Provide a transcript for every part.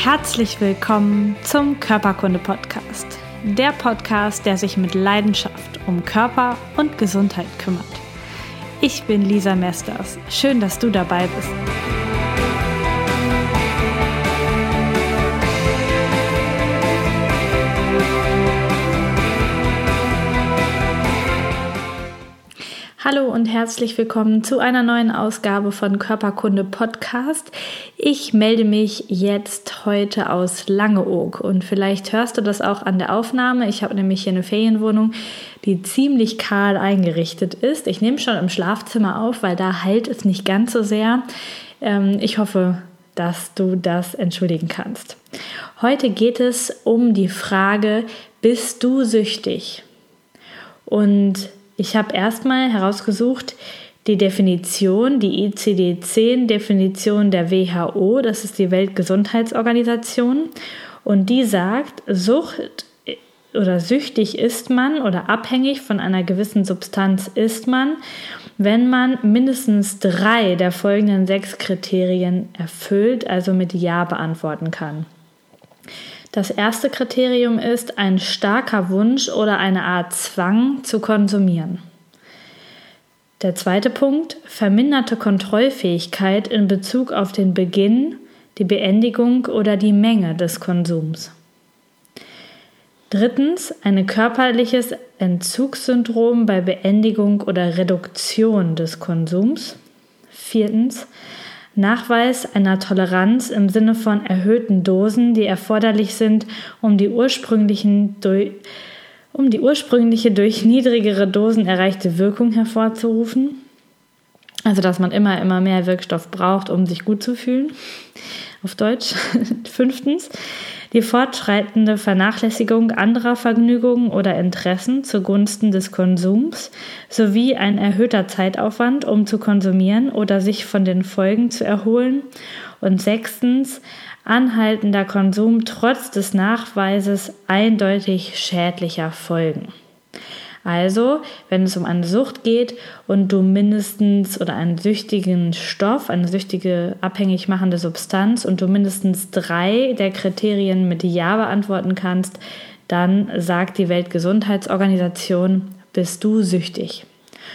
Herzlich willkommen zum Körperkunde-Podcast. Der Podcast, der sich mit Leidenschaft um Körper und Gesundheit kümmert. Ich bin Lisa Mesters. Schön, dass du dabei bist. Hallo und herzlich willkommen zu einer neuen Ausgabe von Körperkunde Podcast. Ich melde mich jetzt heute aus Langeoog und vielleicht hörst du das auch an der Aufnahme. Ich habe nämlich hier eine Ferienwohnung, die ziemlich kahl eingerichtet ist. Ich nehme schon im Schlafzimmer auf, weil da halt es nicht ganz so sehr. Ich hoffe, dass du das entschuldigen kannst. Heute geht es um die Frage, bist du süchtig? Und ich habe erstmal herausgesucht die Definition, die ICD-10-Definition der WHO, das ist die Weltgesundheitsorganisation, und die sagt, Sucht oder süchtig ist man oder abhängig von einer gewissen Substanz ist man, wenn man mindestens 3 der folgenden 6 Kriterien erfüllt, also mit Ja beantworten kann. Das erste Kriterium ist ein starker Wunsch oder eine Art Zwang zu konsumieren. Der zweite Punkt, verminderte Kontrollfähigkeit in Bezug auf den Beginn, die Beendigung oder die Menge des Konsums. Drittens, ein körperliches Entzugssyndrom bei Beendigung oder Reduktion des Konsums. Viertens, Nachweis einer Toleranz im Sinne von erhöhten Dosen, die erforderlich sind, um die ursprüngliche durch niedrigere Dosen erreichte Wirkung hervorzurufen. Also, dass man immer mehr Wirkstoff braucht, um sich gut zu fühlen. Auf Deutsch. 5. Die fortschreitende Vernachlässigung anderer Vergnügungen oder Interessen zugunsten des Konsums sowie ein erhöhter Zeitaufwand, um zu konsumieren oder sich von den Folgen zu erholen. Und 6. Anhaltender Konsum trotz des Nachweises eindeutig schädlicher Folgen. Also, wenn es um eine Sucht geht und du mindestens oder einen süchtigen Stoff, eine süchtige abhängig machende Substanz und du mindestens 3 der Kriterien mit Ja beantworten kannst, dann sagt die Weltgesundheitsorganisation, bist du süchtig.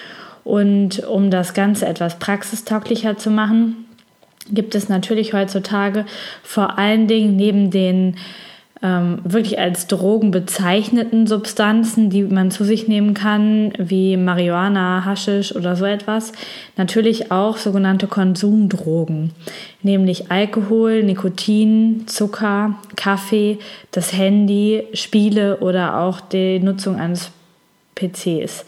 Und um das Ganze etwas praxistauglicher zu machen, gibt es natürlich heutzutage vor allen Dingen neben den wirklich als Drogen bezeichneten Substanzen, die man zu sich nehmen kann, wie Marihuana, Haschisch oder so etwas, natürlich auch sogenannte Konsumdrogen, nämlich Alkohol, Nikotin, Zucker, Kaffee, das Handy, Spiele oder auch die Nutzung eines PCs.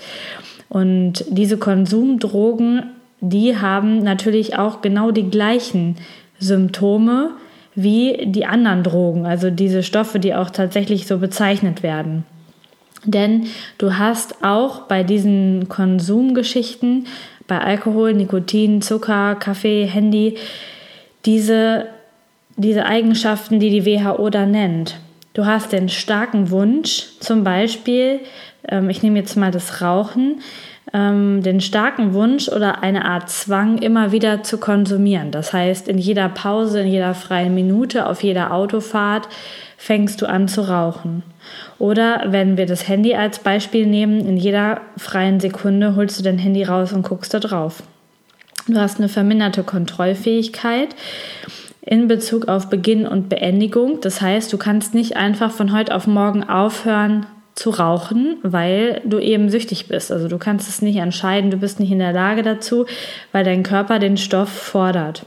Und diese Konsumdrogen, die haben natürlich auch genau die gleichen Symptome wie die anderen Drogen, also diese Stoffe, die auch tatsächlich so bezeichnet werden. Denn du hast auch bei diesen Konsumgeschichten, bei Alkohol, Nikotin, Zucker, Kaffee, Handy, diese Eigenschaften, die die WHO da nennt. Du hast den starken Wunsch, zum Beispiel, ich nehme jetzt mal das Rauchen, den starken Wunsch oder eine Art Zwang, immer wieder zu konsumieren. Das heißt, in jeder Pause, in jeder freien Minute, auf jeder Autofahrt fängst du an zu rauchen. Oder wenn wir das Handy als Beispiel nehmen, in jeder freien Sekunde holst du dein Handy raus und guckst da drauf. Du hast eine verminderte Kontrollfähigkeit in Bezug auf Beginn und Beendigung. Das heißt, du kannst nicht einfach von heute auf morgen aufhören zu rauchen, weil du eben süchtig bist. Also du kannst es nicht entscheiden, du bist nicht in der Lage dazu, weil dein Körper den Stoff fordert.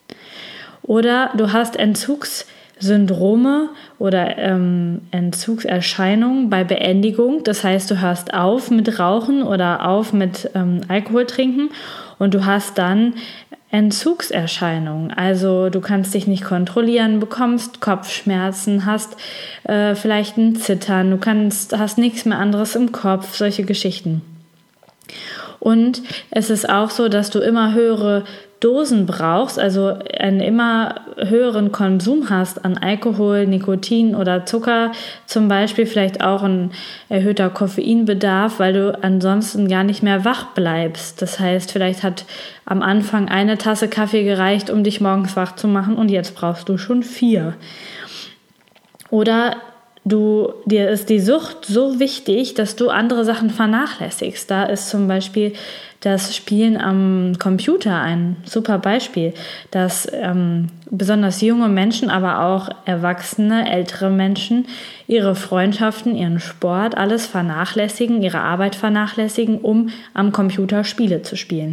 Oder du hast Entzugssyndrome oder Entzugserscheinungen bei Beendigung. Das heißt, du hörst auf mit Rauchen oder auf mit Alkohol trinken und du hast dann Entzugserscheinungen, also du kannst dich nicht kontrollieren, bekommst Kopfschmerzen, hast vielleicht ein Zittern, hast nichts mehr anderes im Kopf, solche Geschichten. Und es ist auch so, dass du immer höhere Dosen brauchst, also einen immer höheren Konsum hast an Alkohol, Nikotin oder Zucker, zum Beispiel vielleicht auch ein erhöhter Koffeinbedarf, weil du ansonsten gar nicht mehr wach bleibst. Das heißt, vielleicht hat am Anfang eine Tasse Kaffee gereicht, um dich morgens wach zu machen und jetzt brauchst du schon 4. Oder dir ist die Sucht so wichtig, dass du andere Sachen vernachlässigst. Da ist zum Beispiel das Spielen am Computer ein super Beispiel, dass besonders junge Menschen, aber auch erwachsene, ältere Menschen ihre Freundschaften, ihren Sport, alles vernachlässigen, ihre Arbeit vernachlässigen, um am Computer Spiele zu spielen.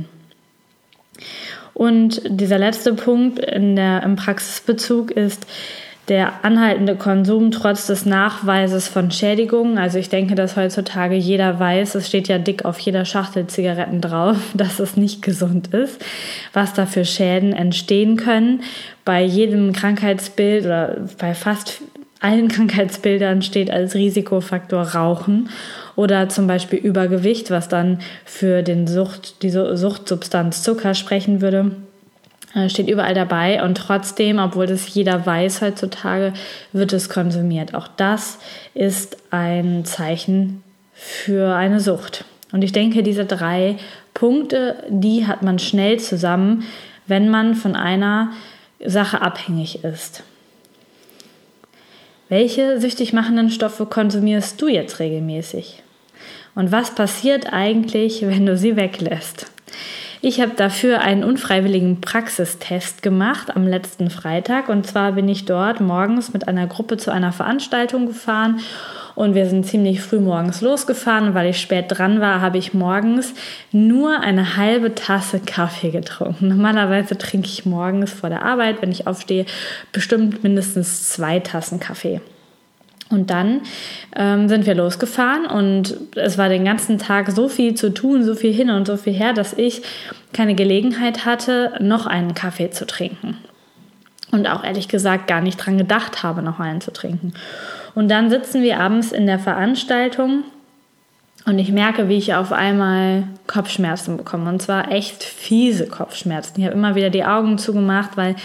Und dieser letzte Punkt im Praxisbezug ist der anhaltende Konsum trotz des Nachweises von Schädigungen. Also ich denke, dass heutzutage jeder weiß, es steht ja dick auf jeder Schachtel Zigaretten drauf, dass es nicht gesund ist, was da für Schäden entstehen können. Bei jedem Krankheitsbild oder bei fast allen Krankheitsbildern steht als Risikofaktor Rauchen oder zum Beispiel Übergewicht, was dann für diese Suchtsubstanz Zucker sprechen würde. Steht überall dabei und trotzdem, obwohl das jeder weiß heutzutage, wird es konsumiert. Auch das ist ein Zeichen für eine Sucht. Und ich denke, diese 3 Punkte, die hat man schnell zusammen, wenn man von einer Sache abhängig ist. Welche süchtig machenden Stoffe konsumierst du jetzt regelmäßig? Und was passiert eigentlich, wenn du sie weglässt? Ich habe dafür einen unfreiwilligen Praxistest gemacht am letzten Freitag. Und zwar bin ich dort morgens mit einer Gruppe zu einer Veranstaltung gefahren. Und wir sind ziemlich früh morgens losgefahren. Und weil ich spät dran war, habe ich morgens nur eine halbe Tasse Kaffee getrunken. Normalerweise trinke ich morgens vor der Arbeit, wenn ich aufstehe, bestimmt mindestens 2 Tassen Kaffee. Und dann sind wir losgefahren und es war den ganzen Tag so viel zu tun, so viel hin und so viel her, dass ich keine Gelegenheit hatte, noch einen Kaffee zu trinken. Und auch ehrlich gesagt gar nicht dran gedacht habe, noch einen zu trinken. Und dann sitzen wir abends in der Veranstaltung und ich merke, wie ich auf einmal Kopfschmerzen bekomme. Und zwar echt fiese Kopfschmerzen. Ich habe immer wieder die Augen zugemacht, weil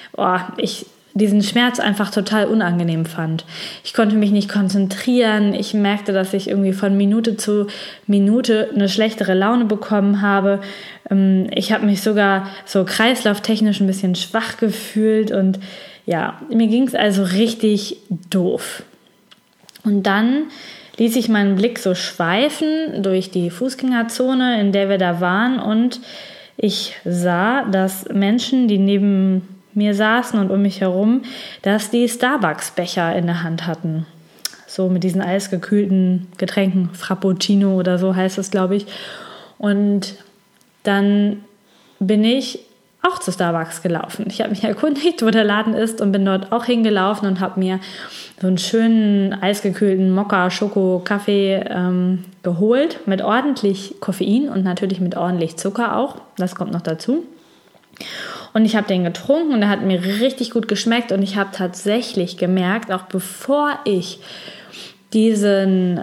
ich diesen Schmerz einfach total unangenehm fand. Ich konnte mich nicht konzentrieren. Ich merkte, dass ich irgendwie von Minute zu Minute eine schlechtere Laune bekommen habe. Ich habe mich sogar so kreislauftechnisch ein bisschen schwach gefühlt und ja, mir ging es also richtig doof. Und dann ließ ich meinen Blick so schweifen durch die Fußgängerzone, in der wir da waren, und ich sah, dass Menschen, die neben mir saßen und um mich herum, dass die Starbucks-Becher in der Hand hatten. So mit diesen eisgekühlten Getränken, Frappuccino oder so heißt es, glaube ich. Und dann bin ich auch zu Starbucks gelaufen. Ich habe mich erkundigt, wo der Laden ist, und bin dort auch hingelaufen und habe mir so einen schönen eisgekühlten Mokka-Schoko-Kaffee geholt mit ordentlich Koffein und natürlich mit ordentlich Zucker auch. Das kommt noch dazu. Und ich habe den getrunken und er hat mir richtig gut geschmeckt und ich habe tatsächlich gemerkt, auch bevor ich diesen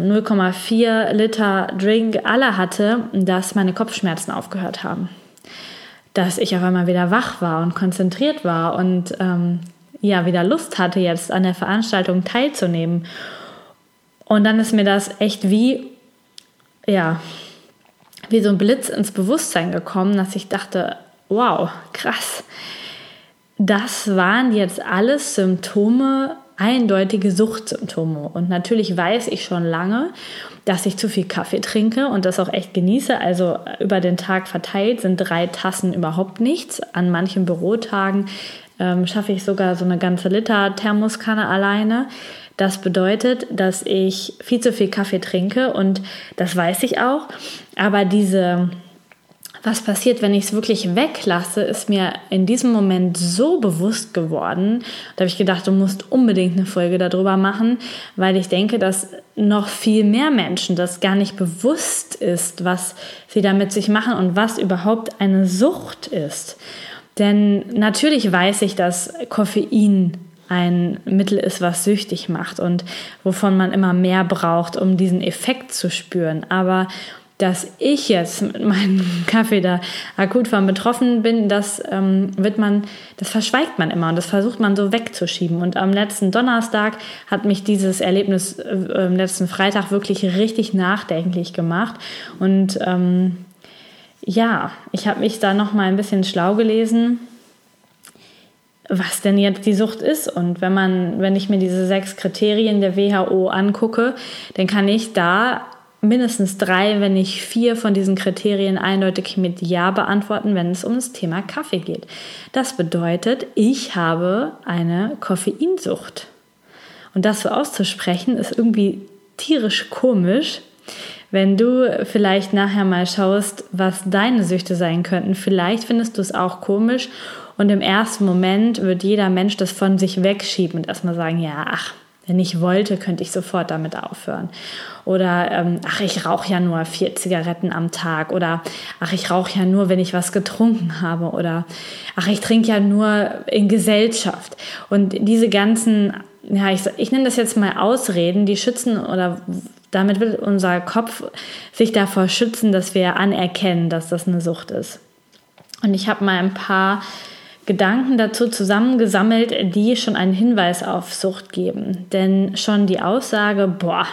0,4 Liter Drink alle hatte, dass meine Kopfschmerzen aufgehört haben. Dass ich auf einmal wieder wach war und konzentriert war und wieder Lust hatte, jetzt an der Veranstaltung teilzunehmen. Und dann ist mir das echt wie so ein Blitz ins Bewusstsein gekommen, dass ich dachte, wow, krass. Das waren jetzt alles Symptome, eindeutige Suchtsymptome. Und natürlich weiß ich schon lange, dass ich zu viel Kaffee trinke und das auch echt genieße. Also über den Tag verteilt sind 3 Tassen überhaupt nichts. An manchen Bürotagen schaffe ich sogar so eine ganze Liter Thermoskanne alleine. Das bedeutet, dass ich viel zu viel Kaffee trinke und das weiß ich auch. Aber was passiert, wenn ich es wirklich weglasse, ist mir in diesem Moment so bewusst geworden. Da habe ich gedacht, du musst unbedingt eine Folge darüber machen, weil ich denke, dass noch viel mehr Menschen das gar nicht bewusst ist, was sie da mit sich machen und was überhaupt eine Sucht ist. Denn natürlich weiß ich, dass Koffein ein Mittel ist, was süchtig macht und wovon man immer mehr braucht, um diesen Effekt zu spüren. Aber dass ich jetzt mit meinem Kaffee da akut von betroffen bin, das verschweigt man immer und das versucht man so wegzuschieben. Und am letzten Donnerstag hat mich dieses Erlebnis letzten Freitag wirklich richtig nachdenklich gemacht. Und ich habe mich da noch mal ein bisschen schlau gelesen, was denn jetzt die Sucht ist. Und wenn ich mir diese 6 Kriterien der WHO angucke, dann kann ich da mindestens 3, wenn nicht 4 von diesen Kriterien eindeutig mit Ja beantworten, wenn es um das Thema Kaffee geht. Das bedeutet, ich habe eine Koffeinsucht. Und das so auszusprechen, ist irgendwie tierisch komisch. Wenn du vielleicht nachher mal schaust, was deine Süchte sein könnten, vielleicht findest du es auch komisch und im ersten Moment wird jeder Mensch das von sich wegschieben und erstmal sagen, wenn ich wollte, könnte ich sofort damit aufhören. Oder, ich rauche ja nur 4 Zigaretten am Tag. Oder, ich rauche ja nur, wenn ich was getrunken habe. Oder, ich trinke ja nur in Gesellschaft. Und diese ganzen, ich nenne das jetzt mal Ausreden, die schützen oder damit will unser Kopf sich davor schützen, dass wir anerkennen, dass das eine Sucht ist. Und ich habe mal ein paar Gedanken dazu zusammengesammelt, die schon einen Hinweis auf Sucht geben. Denn schon die Aussage,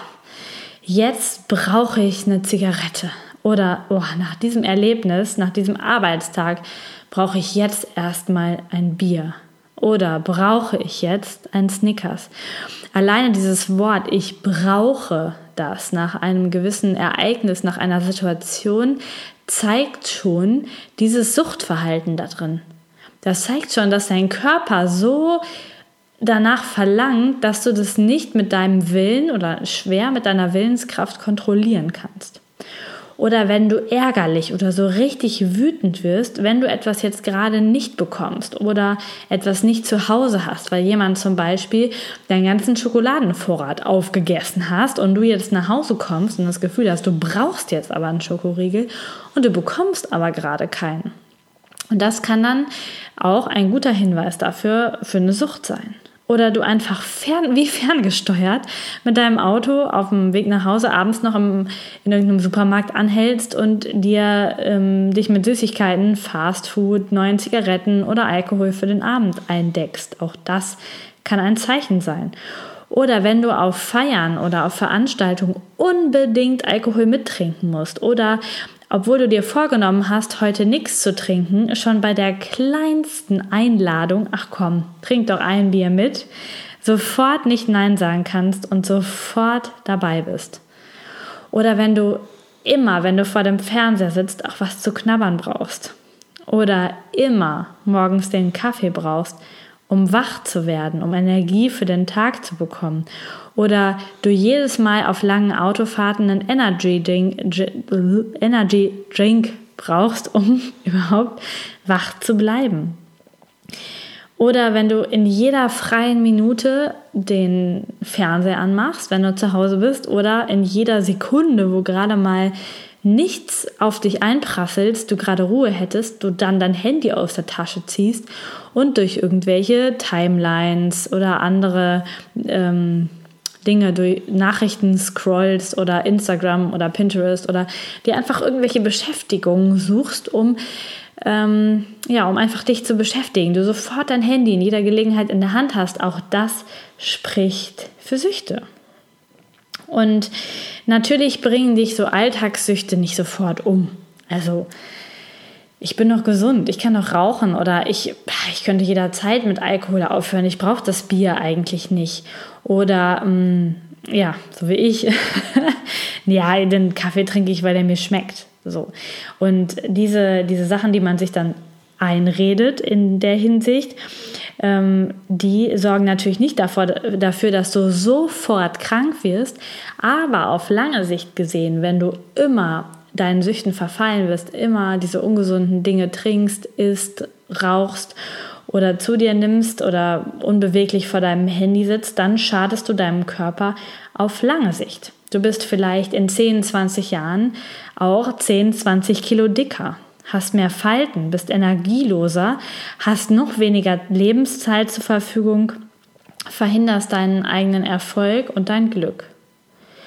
jetzt brauche ich eine Zigarette. Oder nach diesem Erlebnis, nach diesem Arbeitstag, brauche ich jetzt erstmal ein Bier. Oder brauche ich jetzt ein Snickers. Alleine dieses Wort, ich brauche das nach einem gewissen Ereignis, nach einer Situation, zeigt schon dieses Suchtverhalten da drin. Das zeigt schon, dass dein Körper so danach verlangt, dass du das nicht mit deinem Willen oder schwer mit deiner Willenskraft kontrollieren kannst. Oder wenn du ärgerlich oder so richtig wütend wirst, wenn du etwas jetzt gerade nicht bekommst oder etwas nicht zu Hause hast, weil jemand zum Beispiel deinen ganzen Schokoladenvorrat aufgegessen hast und du jetzt nach Hause kommst und das Gefühl hast, du brauchst jetzt aber einen Schokoriegel und du bekommst aber gerade keinen. Und das kann dann auch ein guter Hinweis dafür für eine Sucht sein. Oder du einfach ferngesteuert mit deinem Auto auf dem Weg nach Hause abends noch in irgendeinem Supermarkt anhältst und dich mit Süßigkeiten, Fastfood, neuen Zigaretten oder Alkohol für den Abend eindeckst. Auch das kann ein Zeichen sein. Oder wenn du auf Feiern oder auf Veranstaltungen unbedingt Alkohol mittrinken musst oder obwohl du dir vorgenommen hast, heute nichts zu trinken, schon bei der kleinsten Einladung, trink doch ein Bier mit, sofort nicht Nein sagen kannst und sofort dabei bist. Oder wenn du vor dem Fernseher sitzt, auch was zu knabbern brauchst. Oder immer morgens den Kaffee brauchst, um wach zu werden, um Energie für den Tag zu bekommen. Oder du jedes Mal auf langen Autofahrten einen Energy Drink brauchst, um überhaupt wach zu bleiben. Oder wenn du in jeder freien Minute den Fernseher anmachst, wenn du zu Hause bist, oder in jeder Sekunde, wo gerade mal nichts auf dich einprasselt, du gerade Ruhe hättest, du dann dein Handy aus der Tasche ziehst und durch irgendwelche Timelines oder andere Dinge, durch Nachrichten scrollst oder Instagram oder Pinterest oder dir einfach irgendwelche Beschäftigungen suchst, um einfach dich zu beschäftigen. Du sofort dein Handy in jeder Gelegenheit in der Hand hast, auch das spricht für Süchte. Und natürlich bringen dich so Alltagssüchte nicht sofort um. Also ich bin noch gesund, ich kann noch rauchen oder ich könnte jederzeit mit Alkohol aufhören, ich brauche das Bier eigentlich nicht. Oder so wie ich, den Kaffee trinke ich, weil der mir schmeckt. So. Und diese Sachen, die man sich dann einredet in der Hinsicht, die sorgen natürlich nicht dafür, dass du sofort krank wirst, aber auf lange Sicht gesehen, wenn du immer deinen Süchten verfallen wirst, immer diese ungesunden Dinge trinkst, isst, rauchst oder zu dir nimmst oder unbeweglich vor deinem Handy sitzt, dann schadest du deinem Körper auf lange Sicht. Du bist vielleicht in 10, 20 Jahren auch 10, 20 Kilo dicker, hast mehr Falten, bist energieloser, hast noch weniger Lebenszeit zur Verfügung, verhinderst deinen eigenen Erfolg und dein Glück.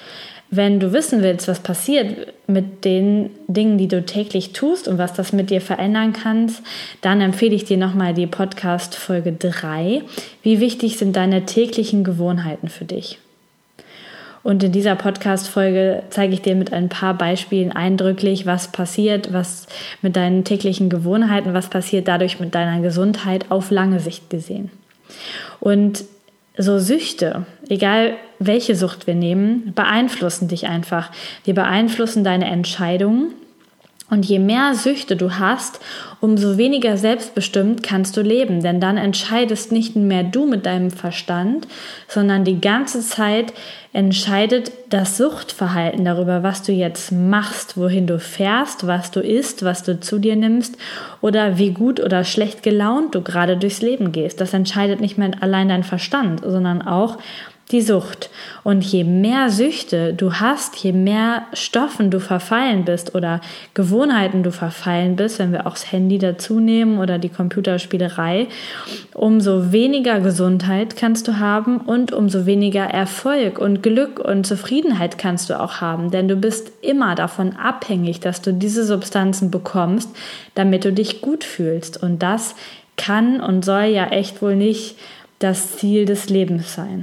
wenn du wissen willst, was passiert mit den Dingen, die du täglich tust und was das mit dir verändern kannst, dann empfehle ich dir nochmal die Podcast-Folge 3. Wie wichtig sind deine täglichen Gewohnheiten für dich? Und in dieser Podcast-Folge zeige ich dir mit ein paar Beispielen eindrücklich, was passiert, was mit deinen täglichen Gewohnheiten, was passiert dadurch mit deiner Gesundheit auf lange Sicht gesehen. Und so Süchte, egal welche Sucht wir nehmen, beeinflussen dich einfach. Die beeinflussen deine Entscheidungen. Und je mehr Süchte du hast, umso weniger selbstbestimmt kannst du leben. Denn dann entscheidest nicht mehr du mit deinem Verstand, sondern die ganze Zeit entscheidet das Suchtverhalten darüber, was du jetzt machst, wohin du fährst, was du isst, was du zu dir nimmst oder wie gut oder schlecht gelaunt du gerade durchs Leben gehst. Das entscheidet nicht mehr allein dein Verstand, sondern auch die Sucht. Und je mehr Süchte du hast, je mehr Stoffen du verfallen bist oder Gewohnheiten du verfallen bist, wenn wir auch das Handy dazu nehmen oder die Computerspielerei, umso weniger Gesundheit kannst du haben und umso weniger Erfolg und Glück und Zufriedenheit kannst du auch haben. Denn du bist immer davon abhängig, dass du diese Substanzen bekommst, damit du dich gut fühlst. Und das kann und soll ja echt wohl nicht das Ziel des Lebens sein.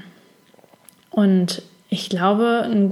Und ich glaube, eine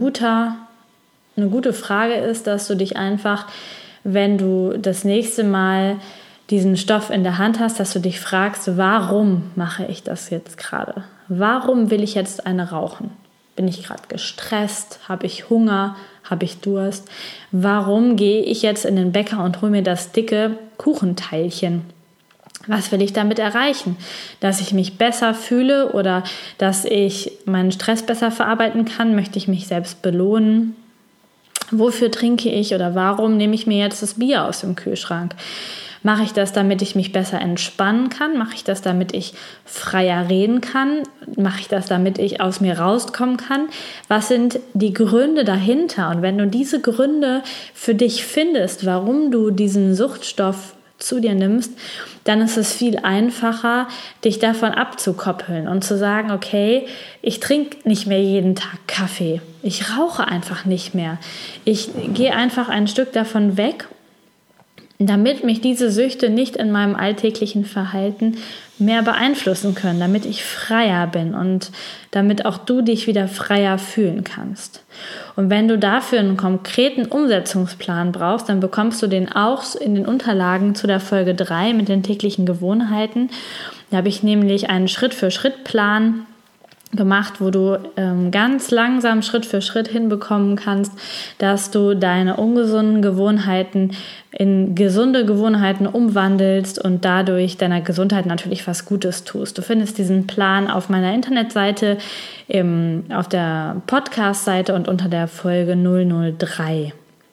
gute Frage ist, dass du dich einfach, wenn du das nächste Mal diesen Stoff in der Hand hast, dass du dich fragst, warum mache ich das jetzt gerade? Warum will ich jetzt eine rauchen? Bin ich gerade gestresst? Habe ich Hunger? Habe ich Durst? Warum gehe ich jetzt in den Bäcker und hole mir das dicke Kuchenteilchen? Was will ich damit erreichen? Dass ich mich besser fühle oder dass ich meinen Stress besser verarbeiten kann? Möchte ich mich selbst belohnen? Wofür trinke ich oder warum nehme ich mir jetzt das Bier aus dem Kühlschrank? Mache ich das, damit ich mich besser entspannen kann? Mache ich das, damit ich freier reden kann? Mache ich das, damit ich aus mir rauskommen kann? Was sind die Gründe dahinter? Und wenn du diese Gründe für dich findest, warum du diesen Suchtstoff zu dir nimmst, dann ist es viel einfacher, dich davon abzukoppeln und zu sagen, okay, ich trinke nicht mehr jeden Tag Kaffee, ich rauche einfach nicht mehr, ich gehe einfach ein Stück davon weg, damit mich diese Süchte nicht in meinem alltäglichen Verhalten mehr beeinflussen können, damit ich freier bin und damit auch du dich wieder freier fühlen kannst. Und wenn du dafür einen konkreten Umsetzungsplan brauchst, dann bekommst du den auch in den Unterlagen zu der Folge 3 mit den täglichen Gewohnheiten. Da habe ich nämlich einen Schritt-für-Schritt-Plan gemacht, wo du ganz langsam Schritt für Schritt hinbekommen kannst, dass du deine ungesunden Gewohnheiten in gesunde Gewohnheiten umwandelst und dadurch deiner Gesundheit natürlich was Gutes tust. Du findest diesen Plan auf meiner Internetseite, auf der Podcast-Seite und unter der Folge 003.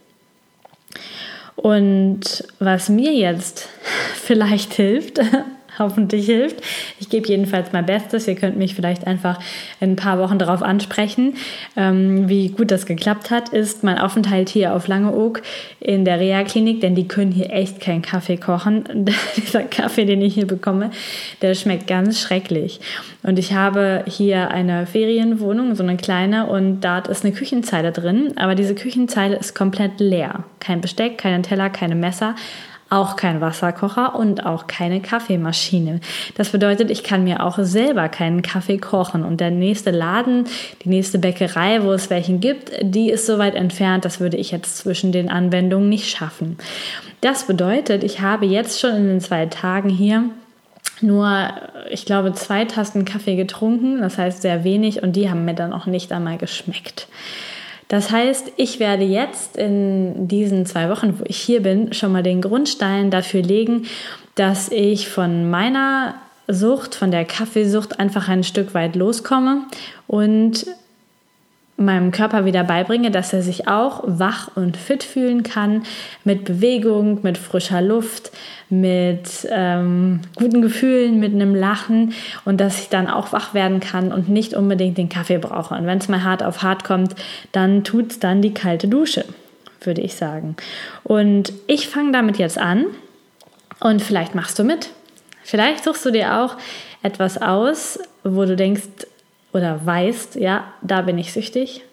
Und was mir jetzt vielleicht hilft, hoffentlich hilft. Ich gebe jedenfalls mein Bestes. Ihr könnt mich vielleicht einfach in ein paar Wochen darauf ansprechen, wie gut das geklappt hat, ist mein Aufenthalt hier auf Langeoog in der Reha-Klinik, denn die können hier echt keinen Kaffee kochen. Dieser Kaffee, den ich hier bekomme, der schmeckt ganz schrecklich. Und ich habe hier eine Ferienwohnung, so eine kleine, und da ist eine Küchenzeile drin, aber diese Küchenzeile ist komplett leer. Kein Besteck, keinen Teller, keine Messer, auch kein Wasserkocher und auch keine Kaffeemaschine. Das bedeutet, ich kann mir auch selber keinen Kaffee kochen. Und der nächste Laden, die nächste Bäckerei, wo es welchen gibt, die ist so weit entfernt, das würde ich jetzt zwischen den Anwendungen nicht schaffen. Das bedeutet, ich habe jetzt schon in den 2 Tagen hier nur, ich glaube, 2 Tassen Kaffee getrunken, das heißt sehr wenig, und die haben mir dann auch nicht einmal geschmeckt. Das heißt, ich werde jetzt in diesen 2 Wochen, wo ich hier bin, schon mal den Grundstein dafür legen, dass ich von meiner Sucht, von der Kaffeesucht einfach ein Stück weit loskomme und meinem Körper wieder beibringe, dass er sich auch wach und fit fühlen kann, mit Bewegung, mit frischer Luft, mit guten Gefühlen, mit einem Lachen, und dass ich dann auch wach werden kann und nicht unbedingt den Kaffee brauche. Und wenn es mal hart auf hart kommt, dann tut's dann die kalte Dusche, würde ich sagen. Und ich fange damit jetzt an und vielleicht machst du mit. Vielleicht suchst du dir auch etwas aus, wo du denkst, oder weißt, ja, da bin ich süchtig.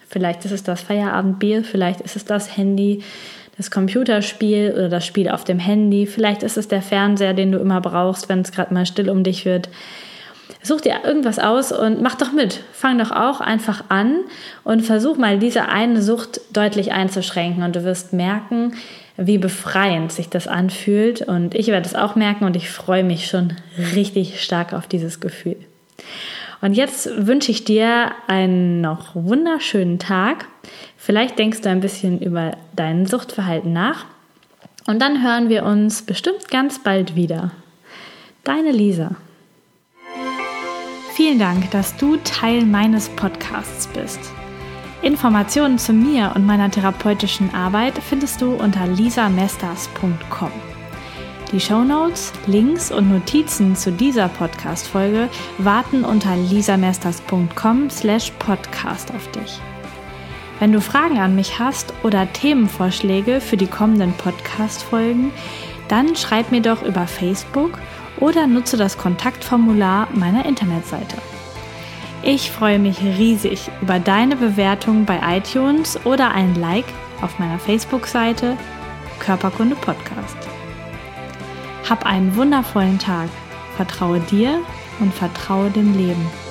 Vielleicht ist es das Feierabendbier, vielleicht ist es das Handy, das Computerspiel oder das Spiel auf dem Handy. Vielleicht ist es der Fernseher, den du immer brauchst, wenn es gerade mal still um dich wird. Such dir irgendwas aus und mach doch mit. Fang doch auch einfach an und versuch mal, diese eine Sucht deutlich einzuschränken. Und du wirst merken, wie befreiend sich das anfühlt. Und ich werde es auch merken und ich freue mich schon richtig stark auf dieses Gefühl. Und jetzt wünsche ich dir einen noch wunderschönen Tag. Vielleicht denkst du ein bisschen über dein Suchtverhalten nach. Und dann hören wir uns bestimmt ganz bald wieder. Deine Lisa. Vielen Dank, dass du Teil meines Podcasts bist. Informationen zu mir und meiner therapeutischen Arbeit findest du unter lisamesters.com. Die Shownotes, Links und Notizen zu dieser Podcast-Folge warten unter lisamesters.com/podcast auf dich. Wenn du Fragen an mich hast oder Themenvorschläge für die kommenden Podcast-Folgen, dann schreib mir doch über Facebook oder nutze das Kontaktformular meiner Internetseite. Ich freue mich riesig über deine Bewertung bei iTunes oder ein Like auf meiner Facebook-Seite Körperkunde Podcast. Hab einen wundervollen Tag. Vertraue dir und vertraue dem Leben.